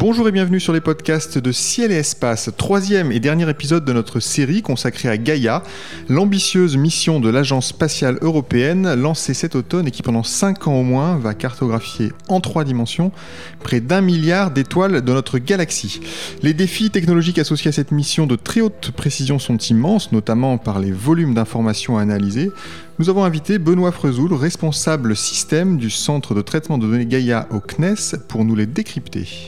Bonjour et bienvenue sur les podcasts de Ciel et Espace, troisième et dernier épisode de notre série consacrée à Gaïa, l'ambitieuse mission de l'Agence spatiale européenne lancée cet automne et qui pendant 5 ans au moins va cartographier en 3 dimensions près d'1 milliard d'étoiles de notre galaxie. Les défis technologiques associés à cette mission de très haute précision sont immenses, notamment par les volumes d'informations à analyser. Nous avons invité Benoît Freuzoul, responsable système du centre de traitement de données Gaïa au CNES, pour nous les décrypter.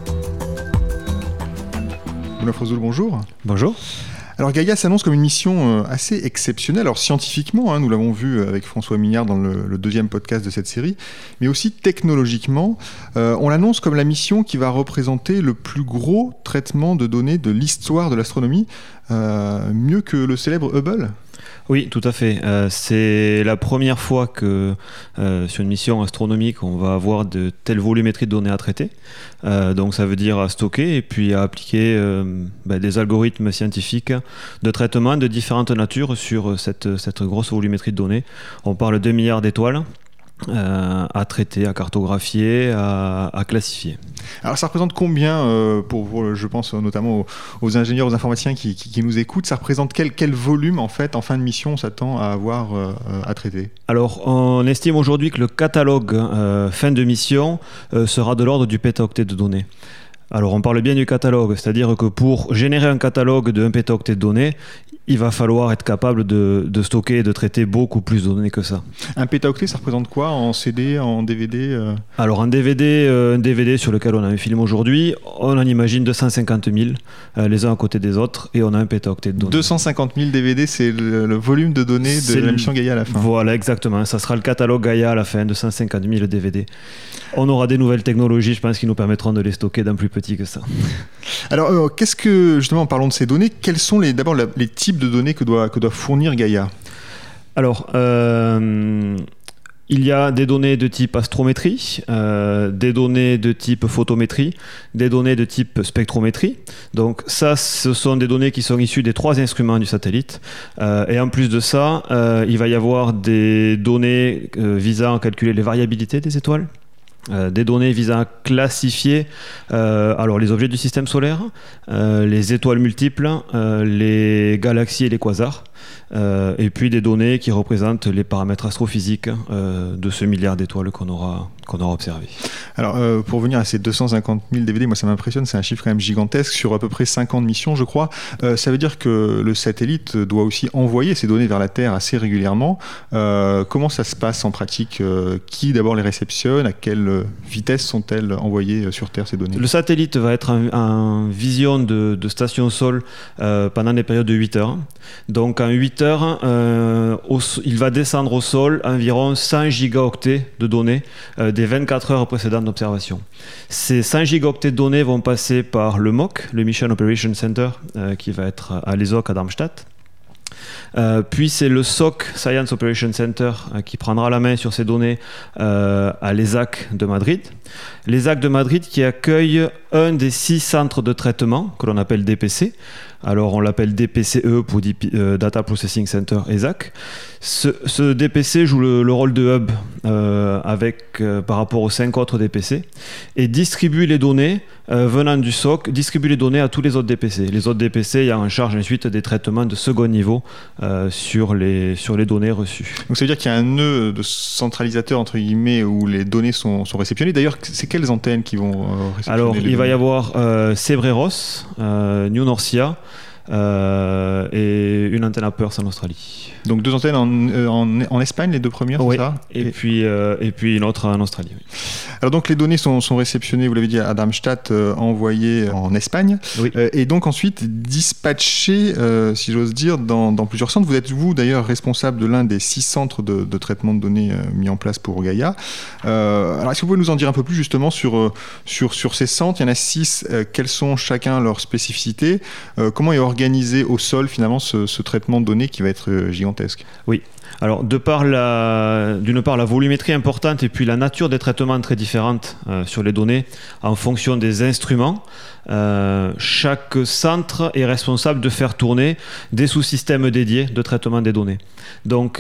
Benoît Freuzoul, bonjour. Bonjour. Alors Gaïa s'annonce comme une mission assez exceptionnelle, alors scientifiquement, nous l'avons vu avec François Mignard dans le deuxième podcast de cette série, mais aussi technologiquement. On l'annonce comme la mission qui va représenter le plus gros traitement de données de l'histoire de l'astronomie, mieux que le célèbre Hubble. Oui, tout à fait. C'est la première fois que sur une mission astronomique, on va avoir de telles volumétries de données à traiter. Donc ça veut dire à stocker et puis à appliquer des algorithmes scientifiques de traitement de différentes natures sur cette grosse volumétrie de données. On parle de milliards d'étoiles. À traiter, à cartographier, à classifier. Alors ça représente combien, pour je pense notamment aux ingénieurs, aux informaticiens qui nous écoutent, ça représente quel volume en fait en fin de mission on s'attend à avoir à traiter? Alors on estime aujourd'hui que le catalogue fin de mission sera de l'ordre du pétaoctet de données. Alors on parle bien du catalogue, c'est-à-dire que pour générer un catalogue de 1 pétaoctet de données, il va falloir être capable de stocker et de traiter beaucoup plus de données que ça. Un pétaoctet, ça représente quoi en CD, en DVD Alors un DVD sur lequel on a un film aujourd'hui, on en imagine 250 000 les uns à côté des autres et on a 1 pétaoctet de données. 250 000 DVD, c'est le volume de données de la mission Gaïa à la fin. Voilà, exactement. Ça sera le catalogue Gaïa à la fin, 250 000 DVD. On aura des nouvelles technologies, je pense, qui nous permettront de les stocker d'un plus petit que ça. Alors, qu'est-ce que, justement, en parlant de ces données, quels sont d'abord les types de données que doit fournir Gaïa? Alors, il y a des données de type astrométrie, des données de type photométrie, des données de type spectrométrie. Donc ça, ce sont des données qui sont issues des 3 instruments du satellite. Et en plus de ça, il va y avoir des données visant à calculer les variabilités des étoiles. Des données visant à classifier alors les objets du système solaire, les étoiles multiples, les galaxies et les quasars, et puis des données qui représentent les paramètres astrophysiques de ce milliard d'étoiles qu'on aura observé. Alors pour revenir à ces 250 000 DVD, moi ça m'impressionne, c'est un chiffre quand même gigantesque sur à peu près 5 ans de mission je crois. Ça veut dire que le satellite doit aussi envoyer ces données vers la Terre assez régulièrement. Comment ça se passe en pratique? Qui d'abord les réceptionne? À quelle vitesse sont-elles envoyées sur Terre ces données? Le satellite va être en vision de station sol pendant des périodes de 8 heures. Donc en 8 heures, il va descendre au sol environ 100 gigaoctets de données des 24 heures précédentes d'observation. Ces 100 gigaoctets de données vont passer par le MOC, le Mission Operations Center, qui va être à l'ESOC à Darmstadt. Puis c'est le SOC, Science Operations Center, qui prendra la main sur ces données à l'ESAC de Madrid. L'ESAC de Madrid qui accueille un des 6 centres de traitement que l'on appelle DPC. Alors on l'appelle DPCE pour Data Processing Center ESAC. Ce DPC joue le rôle de hub par rapport aux 5 autres DPC et distribue les données venant du SOC, distribue les données à tous les autres DPC. Les autres DPC ayant en charge ensuite des traitements de second niveau sur les données reçues. Donc ça veut dire qu'il y a un nœud de centralisateur entre guillemets où les données sont réceptionnées. D'ailleurs, c'est quelles antennes qui vont réceptionner Alors, les il données? va y avoir Cebreros, New Norcia et une antenne à Perth en Australie. Donc 2 antennes en Espagne, les 2 premières, oui, c'est ça? Et puis une autre en Australie. Oui. Alors donc les données sont réceptionnées, vous l'avez dit, à Darmstadt, envoyées en Espagne, oui. Et donc ensuite dispatchées, si j'ose dire, dans plusieurs centres. Vous êtes d'ailleurs responsable de l'un des 6 centres de traitement de données mis en place pour Gaïa. Alors est-ce que vous pouvez nous en dire un peu plus justement sur ces centres? Il y en a 6, quelles sont chacun leurs spécificités? Comment est organisé au sol finalement ce traitement de données qui va être gigantesque? Oui. Alors, d'une part, la volumétrie importante et puis la nature des traitements très différente sur les données en fonction des instruments. Chaque centre est responsable de faire tourner des sous-systèmes dédiés de traitement des données. Donc,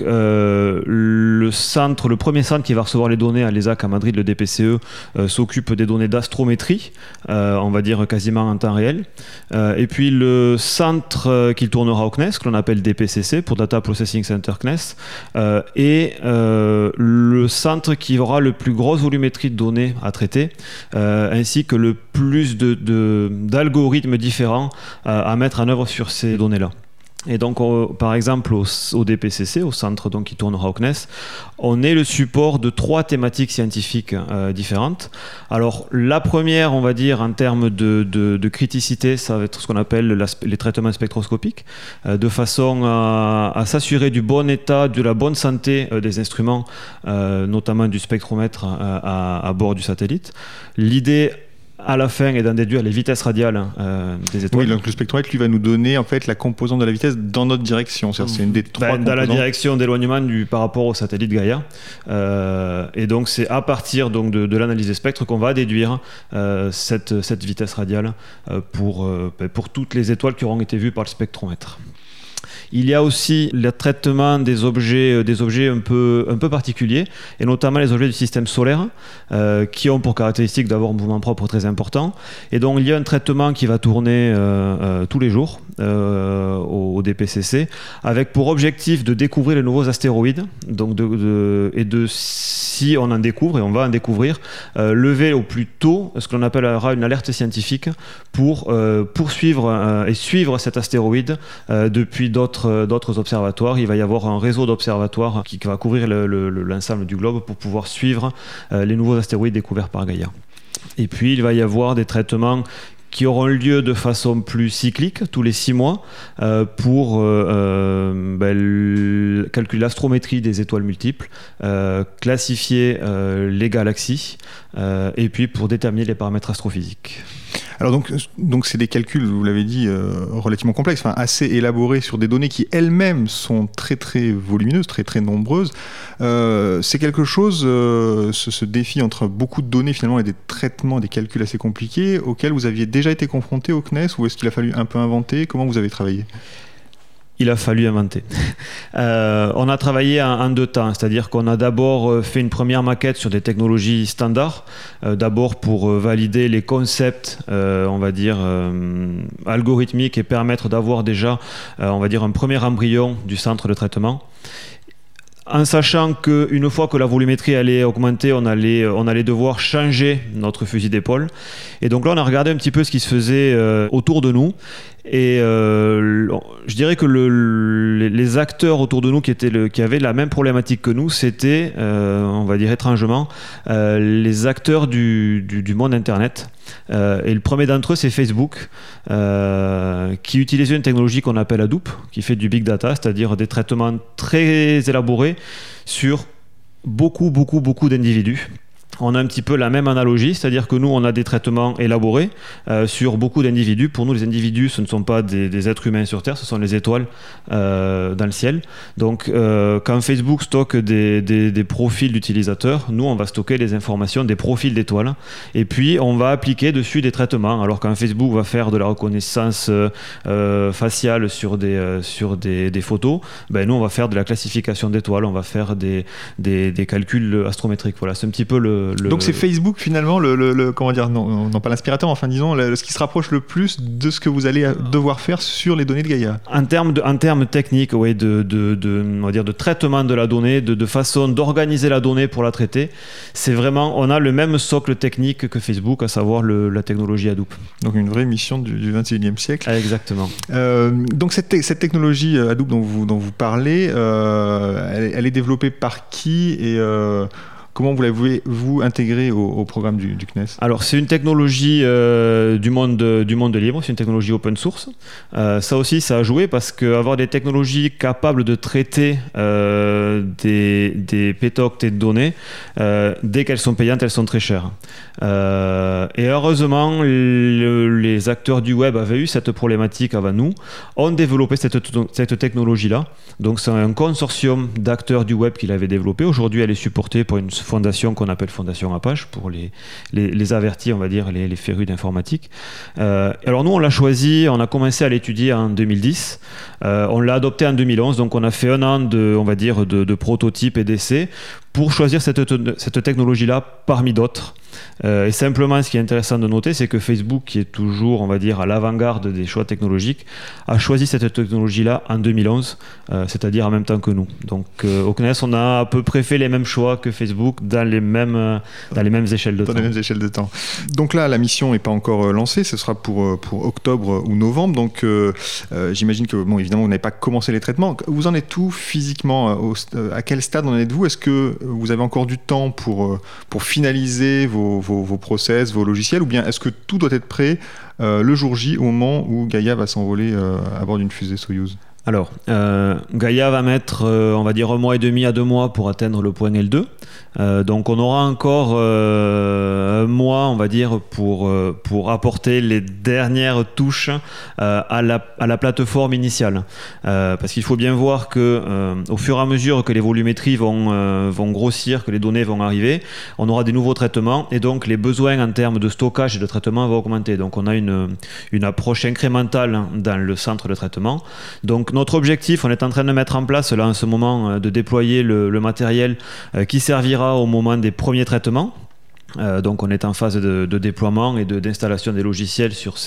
le premier centre qui va recevoir les données à l'ESAC à Madrid, le DPCE, s'occupe des données d'astrométrie, on va dire quasiment en temps réel. Et puis, le centre qui tournera au CNES, que l'on appelle DPCC, pour Data Processing Center CNES, et le centre qui aura le plus grosse volumétrie de données à traiter, ainsi que le plus d'algorithmes différents à mettre en œuvre sur ces données-là. Et donc, par exemple, au DPCC, au centre donc, qui tournera au CNES, on est le support de 3 thématiques scientifiques différentes. Alors, la première, on va dire, en termes de criticité, ça va être ce qu'on appelle les traitements spectroscopiques, de façon à s'assurer du bon état, de la bonne santé des instruments, notamment du spectromètre à bord du satellite. L'idée, à la fin, est d'en déduire les vitesses radiales des étoiles. Oui, donc le spectromètre, lui, va nous donner en fait la composante de la vitesse dans notre direction. C'est une des 3 composantes. Dans la direction d'éloignement par rapport au satellite Gaïa. Et donc, c'est à partir donc, de l'analyse des spectres qu'on va déduire cette vitesse radiale pour toutes les étoiles qui auront été vues par le spectromètre. Il y a aussi le traitement des objets un peu particuliers, et notamment les objets du système solaire, qui ont pour caractéristique d'avoir un mouvement propre très important. Et donc, il y a un traitement qui va tourner tous les jours au DPCC, avec pour objectif de découvrir les nouveaux astéroïdes, donc si on en découvre, et on va en découvrir, lever au plus tôt ce que l'on appellera une alerte scientifique pour poursuivre et suivre cet astéroïde depuis d'autres observatoires. Il va y avoir un réseau d'observatoires qui va couvrir l'ensemble du globe pour pouvoir suivre les nouveaux astéroïdes découverts par Gaïa. Et puis, il va y avoir des traitements qui auront lieu de façon plus cyclique, tous les 6 mois, pour calculer l'astrométrie des étoiles multiples, classifier les galaxies, et puis pour déterminer les paramètres astrophysiques. Alors donc c'est des calculs, vous l'avez dit, relativement complexes, assez élaborés sur des données qui elles-mêmes sont très très volumineuses, très très nombreuses. C'est quelque chose, ce défi entre beaucoup de données finalement et des traitements, des calculs assez compliqués, auxquels vous aviez déjà été confronté au CNES, ou est-ce qu'il a fallu un peu inventer? Comment vous avez travaillé? Il a fallu inventer. On a travaillé en 2 temps, c'est-à-dire qu'on a d'abord fait une première maquette sur des technologies standards, d'abord pour valider les concepts, on va dire, algorithmiques et permettre d'avoir déjà, on va dire, un premier embryon du centre de traitement. En sachant qu'une fois que la volumétrie allait augmenter, on allait devoir changer notre fusil d'épaule. Et donc là, on a regardé un petit peu ce qui se faisait autour de nous. Et je dirais que les acteurs autour de nous qui avaient la même problématique que nous, c'était, on va dire étrangement, les acteurs du monde Internet. Et le premier d'entre eux, c'est Facebook, qui utilisait une technologie qu'on appelle Hadoop, qui fait du big data, c'est-à-dire des traitements très élaborés sur beaucoup d'individus. On a un petit peu la même analogie, c'est-à-dire que nous, on a des traitements élaborés sur beaucoup d'individus. Pour nous, les individus, ce ne sont pas des êtres humains sur Terre, ce sont les étoiles dans le ciel. Donc, quand Facebook stocke des profils d'utilisateurs, nous, on va stocker les informations des profils d'étoiles. Et puis, on va appliquer dessus des traitements. Alors, quand Facebook va faire de la reconnaissance faciale sur des photos, nous, on va faire de la classification d'étoiles, on va faire des calculs astrométriques. Voilà, c'est un petit peu Donc c'est Facebook finalement comment dire, non pas l'inspirateur, enfin disons ce qui se rapproche le plus de ce que vous allez devoir faire sur les données de Gaïa. En termes techniques, oui, on va dire de traitement de la donnée, de façon d'organiser la donnée pour la traiter, c'est vraiment, on a le même socle technique que Facebook, à savoir la technologie Hadoop. Donc une vraie mission du 21e siècle. Exactement. Donc cette technologie Hadoop dont vous parlez, elle est développée par qui et Comment vous l'avez-vous intégré au programme du CNES? Alors, c'est une technologie du monde libre, c'est une technologie open source. Ça aussi, ça a joué parce qu'avoir des technologies capables de traiter des pétoctets de données, dès qu'elles sont payantes, elles sont très chères. Et heureusement, les acteurs du web avaient eu cette problématique avant nous, ont développé cette technologie-là. Donc, c'est un consortium d'acteurs du web qui l'avait développé. Aujourd'hui, elle est supportée par une fondation qu'on appelle Fondation Apache pour les avertis, on va dire, les férus d'informatique. Alors nous, on l'a choisi, on a commencé à l'étudier en 2010. On l'a adopté en 2011, donc on a fait un an de prototypes et d'essais pour choisir cette technologie-là parmi d'autres. Et simplement, ce qui est intéressant de noter, c'est que Facebook, qui est toujours, on va dire, à l'avant-garde des choix technologiques, a choisi cette technologie-là en 2011, c'est-à-dire en même temps que nous. Donc, au CNES, on a à peu près fait les mêmes choix que Facebook dans les mêmes échelles de temps. Dans les mêmes échelles de temps. Donc là, la mission n'est pas encore lancée, ce sera pour octobre ou novembre. Donc, j'imagine que, bon, évidemment, vous n'avez pas commencé les traitements. Vous en êtes où physiquement? À quel stade en êtes-vous? Est-ce que vous avez encore du temps pour finaliser vos process, vos logiciels, ou bien est-ce que tout doit être prêt le jour J, au moment où Gaïa va s'envoler à bord d'une fusée Soyouz? Alors, Gaïa va mettre, on va dire, 1 mois et demi à 2 mois pour atteindre le point L2. Donc, on aura encore 1 mois, on va dire, pour apporter les dernières touches à la plateforme initiale. Parce qu'il faut bien voir que, au fur et à mesure que les volumétries vont grossir, que les données vont arriver, on aura des nouveaux traitements et donc les besoins en termes de stockage et de traitement vont augmenter. Donc, on a une approche incrémentale dans le centre de traitement. Donc, notre objectif, on est en train de mettre en place là en ce moment, de déployer le matériel qui servira au moment des premiers traitements. Donc on est en phase de déploiement et d'installation des logiciels sur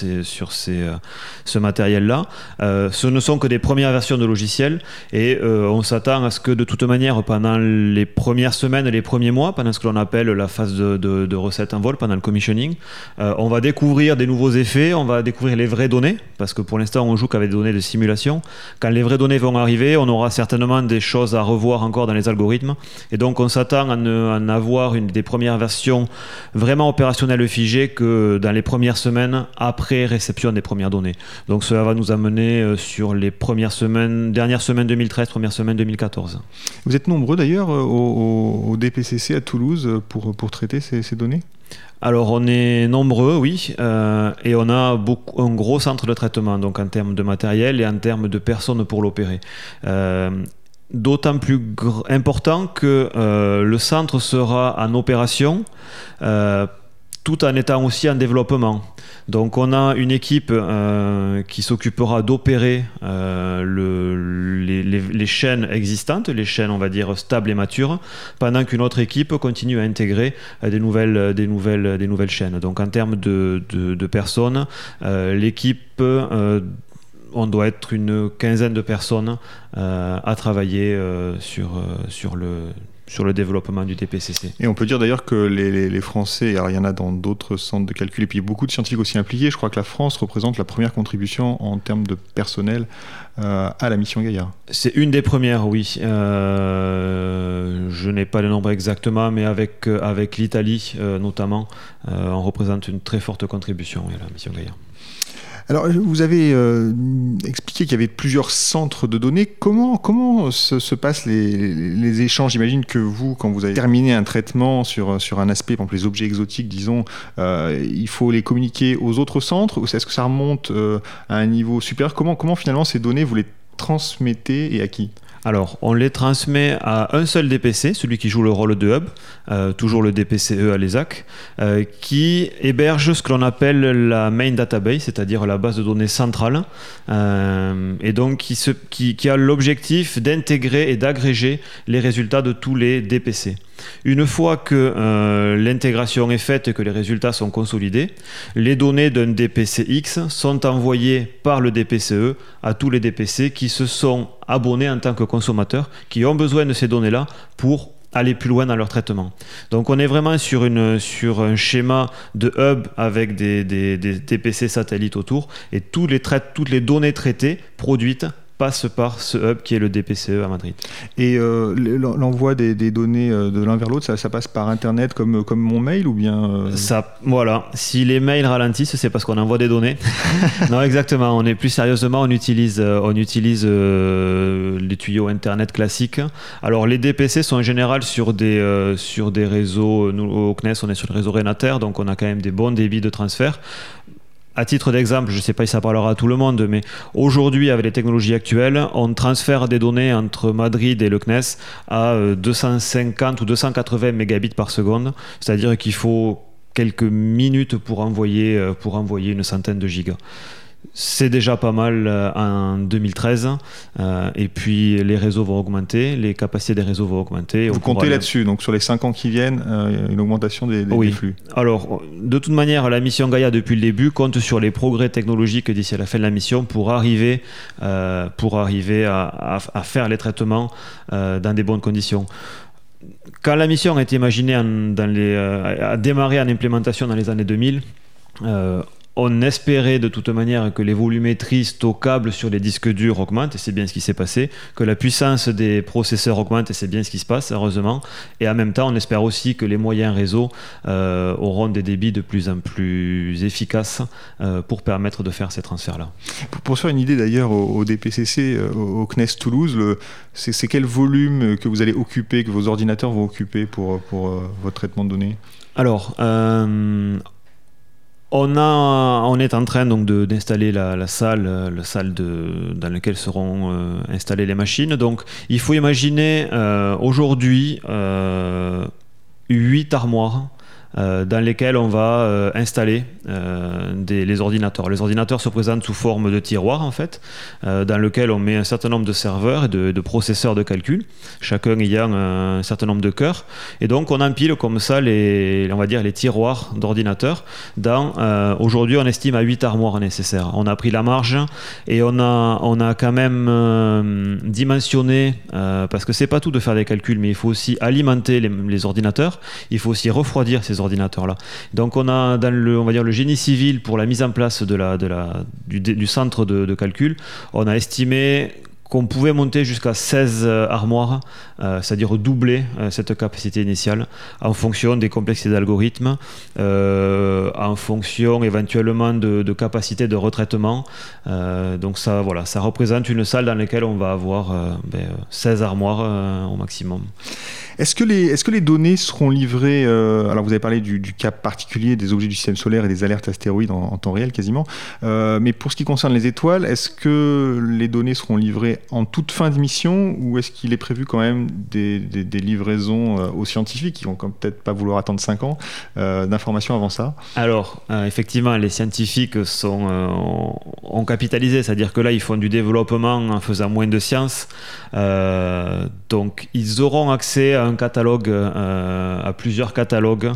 ce matériel-là. Ce ne sont que des premières versions de logiciels et on s'attend à ce que de toute manière pendant les premières semaines, les premiers mois, pendant ce que l'on appelle la phase de recette en vol, pendant le commissioning, on va découvrir des nouveaux effets, on va découvrir les vraies données, parce que pour l'instant on joue qu'avec des données de simulation. Quand les vraies données vont arriver, on aura certainement des choses à revoir encore dans les algorithmes et donc on s'attend à en avoir une des premières versions vraiment opérationnel figé que dans les premières semaines après réception des premières données. Donc cela va nous amener sur les dernières semaines 2013, premières semaines 2014. Vous êtes nombreux d'ailleurs au DPCC à Toulouse pour traiter ces données? Alors on est nombreux, oui, et on a un gros centre de traitement, donc en termes de matériel et en termes de personnes pour l'opérer. D'autant plus important que le centre sera en opération tout en étant aussi en développement. Donc on a une équipe qui s'occupera d'opérer les chaînes existantes, les chaînes on va dire stables et matures, pendant qu'une autre équipe continue à intégrer des nouvelles chaînes. Donc en termes de personnes, l'équipe on doit être une quinzaine de personnes à travailler sur le développement du DPCC. Et on peut dire d'ailleurs que les Français, alors il y en a dans d'autres centres de calcul, et puis beaucoup de scientifiques aussi impliqués, je crois que la France représente la première contribution en termes de personnel à la mission Gaïa. C'est une des premières, oui. Je n'ai pas le nombre exactement, mais avec l'Italie notamment, on représente une très forte contribution à la mission Gaïa. Alors, vous avez expliqué qu'il y avait plusieurs centres de données. Comment se passent les échanges? J'imagine que vous, quand vous avez terminé un traitement sur un aspect, par exemple les objets exotiques, disons, il faut les communiquer aux autres centres, ou est-ce que ça remonte à un niveau supérieur? Comment finalement ces données, vous les transmettez et à qui? Alors, on les transmet à un seul DPC, celui qui joue le rôle de hub, toujours le DPCE à l'ESAC, qui héberge ce que l'on appelle la main database, c'est-à-dire la base de données centrale, et donc qui a l'objectif d'intégrer et d'agréger les résultats de tous les DPC. Une fois que l'intégration est faite et que les résultats sont consolidés, les données d'un DPC X sont envoyées par le DPCE à tous les DPC qui se sont abonnés en tant que consommateurs, qui ont besoin de ces données-là pour aller plus loin dans leur traitement. Donc on est vraiment sur un schéma de hub avec des DPC satellites autour, et toutes les données traitées, produites, passe par ce hub qui est le DPCE à Madrid. Et l'envoi des données de l'un vers l'autre, ça passe par Internet comme mon mail ou bien Voilà, si les mails ralentissent, c'est parce qu'on envoie des données. Non, exactement, on est plus sérieusement, on utilise les tuyaux Internet classiques. Alors les DPC sont en général sur des réseaux, nous au CNES on est sur le réseau Renater, donc on a quand même des bons débits de transfert. À titre d'exemple, je ne sais pas si ça parlera à tout le monde, mais aujourd'hui, avec les technologies actuelles, on transfère des données entre Madrid et le CNES à 250 ou 280 mégabits par seconde, c'est-à-dire qu'il faut quelques minutes pour envoyer une centaine de gigas. C'est déjà pas mal en 2013 et puis les réseaux vont augmenter, les capacités des réseaux vont augmenter. Vous comptez là-dessus, donc sur les 5 ans qui viennent, une augmentation des flux. Alors, de toute manière, la mission Gaia depuis le début compte sur les progrès technologiques d'ici à la fin de la mission pour arriver à faire les traitements dans des bonnes conditions. Quand la mission a été imaginée a démarré en implémentation dans les années 2000, on espérait de toute manière que les volumétries stockables sur les disques durs augmentent, et c'est bien ce qui s'est passé, que la puissance des processeurs augmente, et c'est bien ce qui se passe, heureusement. Et en même temps, on espère aussi que les moyens réseaux auront des débits de plus en plus efficaces pour permettre de faire ces transferts-là. Pour se faire une idée d'ailleurs, au DPCC, au CNES Toulouse, c'est quel volume que vous allez occuper, que vos ordinateurs vont occuper pour votre traitement de données ? Alors, on est en train donc d'installer la salle dans laquelle seront installées les machines. Donc il faut imaginer aujourd'hui 8 armoires dans lesquelles on va installer les ordinateurs. Les ordinateurs se présentent sous forme de tiroirs en fait, dans lequel on met un certain nombre de serveurs et de processeurs de calcul, chacun ayant un certain nombre de cœurs. Et donc on empile comme ça les tiroirs d'ordinateurs. Aujourd'hui on estime à 8 armoires nécessaires. On a pris la marge et on a quand même dimensionné, parce que c'est pas tout de faire des calculs, mais il faut aussi alimenter les ordinateurs, il faut aussi refroidir ces ordinateurs-là. Donc on a dans le génie civil pour la mise en place du centre de calcul, on a estimé qu'on pouvait monter jusqu'à 16 armoires, c'est-à-dire doubler cette capacité initiale en fonction des complexités d'algorithmes, en fonction éventuellement de capacité de retraitement. Donc ça représente une salle dans laquelle on va avoir 16 armoires au maximum. Est-ce que les données seront livrées alors vous avez parlé du cas particulier des objets du système solaire et des alertes astéroïdes en temps réel quasiment, mais pour ce qui concerne les étoiles, est-ce que les données seront livrées en toute fin de mission ou est-ce qu'il est prévu quand même des livraisons aux scientifiques qui vont peut-être pas vouloir attendre 5 ans d'informations avant ça ? Alors effectivement les scientifiques ont capitalisé, c'est-à-dire que là ils font du développement en faisant moins de sciences, donc ils auront accès à un catalogue, à plusieurs catalogues,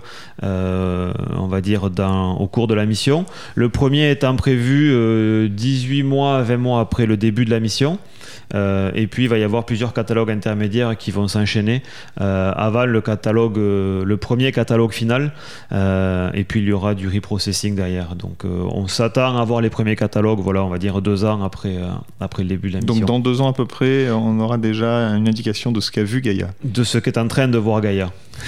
on va dire au cours de la mission. Le premier étant prévu 18 mois, 20 mois après le début de la mission. Et puis il va y avoir plusieurs catalogues intermédiaires qui vont s'enchaîner avant le premier catalogue final, et puis il y aura du reprocessing derrière. Donc on s'attend à avoir les premiers catalogues, on va dire 2 ans après le début de la mission. Donc dans 2 ans à peu près, on aura déjà une indication de ce qu'a vu Gaia. De ce qu'est en train de voir Gaia.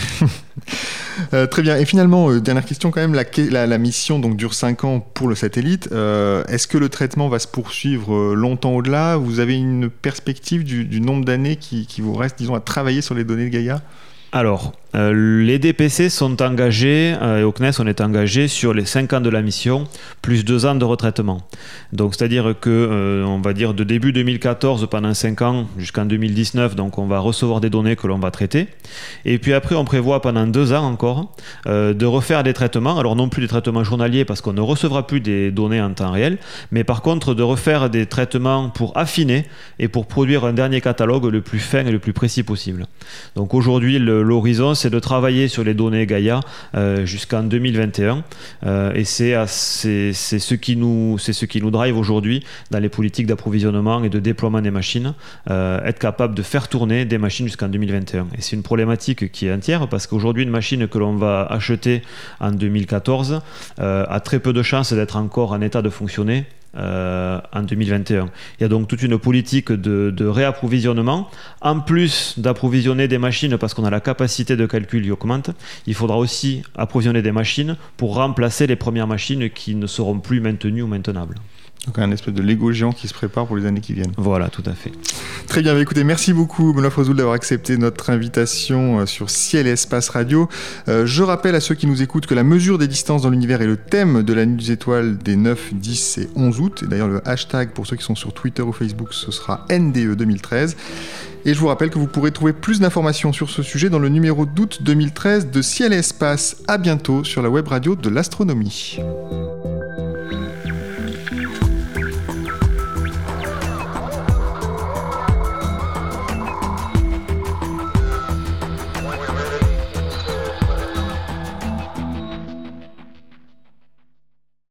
Très bien. Et finalement, dernière question quand même, la mission donc, dure 5 ans pour le satellite. Est-ce que le traitement va se poursuivre longtemps au-delà ? Vous avez une perspective du nombre d'années qui vous reste, disons, à travailler sur les données de Gaia ? Alors, les DPC sont engagés, et au CNES on est engagé sur les 5 ans de la mission, plus 2 ans de retraitement. Donc c'est-à-dire que, on va dire de début 2014 pendant 5 ans jusqu'en 2019, donc on va recevoir des données que l'on va traiter. Et puis après on prévoit pendant 2 ans encore de refaire des traitements, alors non plus des traitements journaliers parce qu'on ne recevra plus des données en temps réel, mais par contre de refaire des traitements pour affiner et pour produire un dernier catalogue le plus fin et le plus précis possible. Donc aujourd'hui l'horizon c'est de travailler sur les données Gaia jusqu'en 2021 et c'est ce qui nous drive aujourd'hui dans les politiques d'approvisionnement et de déploiement des machines, être capable de faire tourner des machines jusqu'en 2021. Et c'est une problématique qui est entière parce qu'aujourd'hui une machine que l'on va acheter en 2014 a très peu de chances d'être encore en état de fonctionner en 2021. Il y a donc toute une politique de réapprovisionnement. En plus d'approvisionner des machines, parce qu'on a la capacité de calcul qui augmente, il faudra aussi approvisionner des machines pour remplacer les premières machines qui ne seront plus maintenues ou maintenables. Donc un espèce de Lego géant qui se prépare pour les années qui viennent. Voilà, tout à fait. Très bien, écoutez, merci beaucoup Benoît Frozoul d'avoir accepté notre invitation sur Ciel et Espace Radio. Je rappelle à ceux qui nous écoutent que la mesure des distances dans l'univers est le thème de la Nuit des Étoiles des 9, 10 et 11 août. Et d'ailleurs, le hashtag pour ceux qui sont sur Twitter ou Facebook, ce sera NDE 2013. Et je vous rappelle que vous pourrez trouver plus d'informations sur ce sujet dans le numéro d'août 2013 de Ciel et Espace. À bientôt sur la web radio de l'astronomie.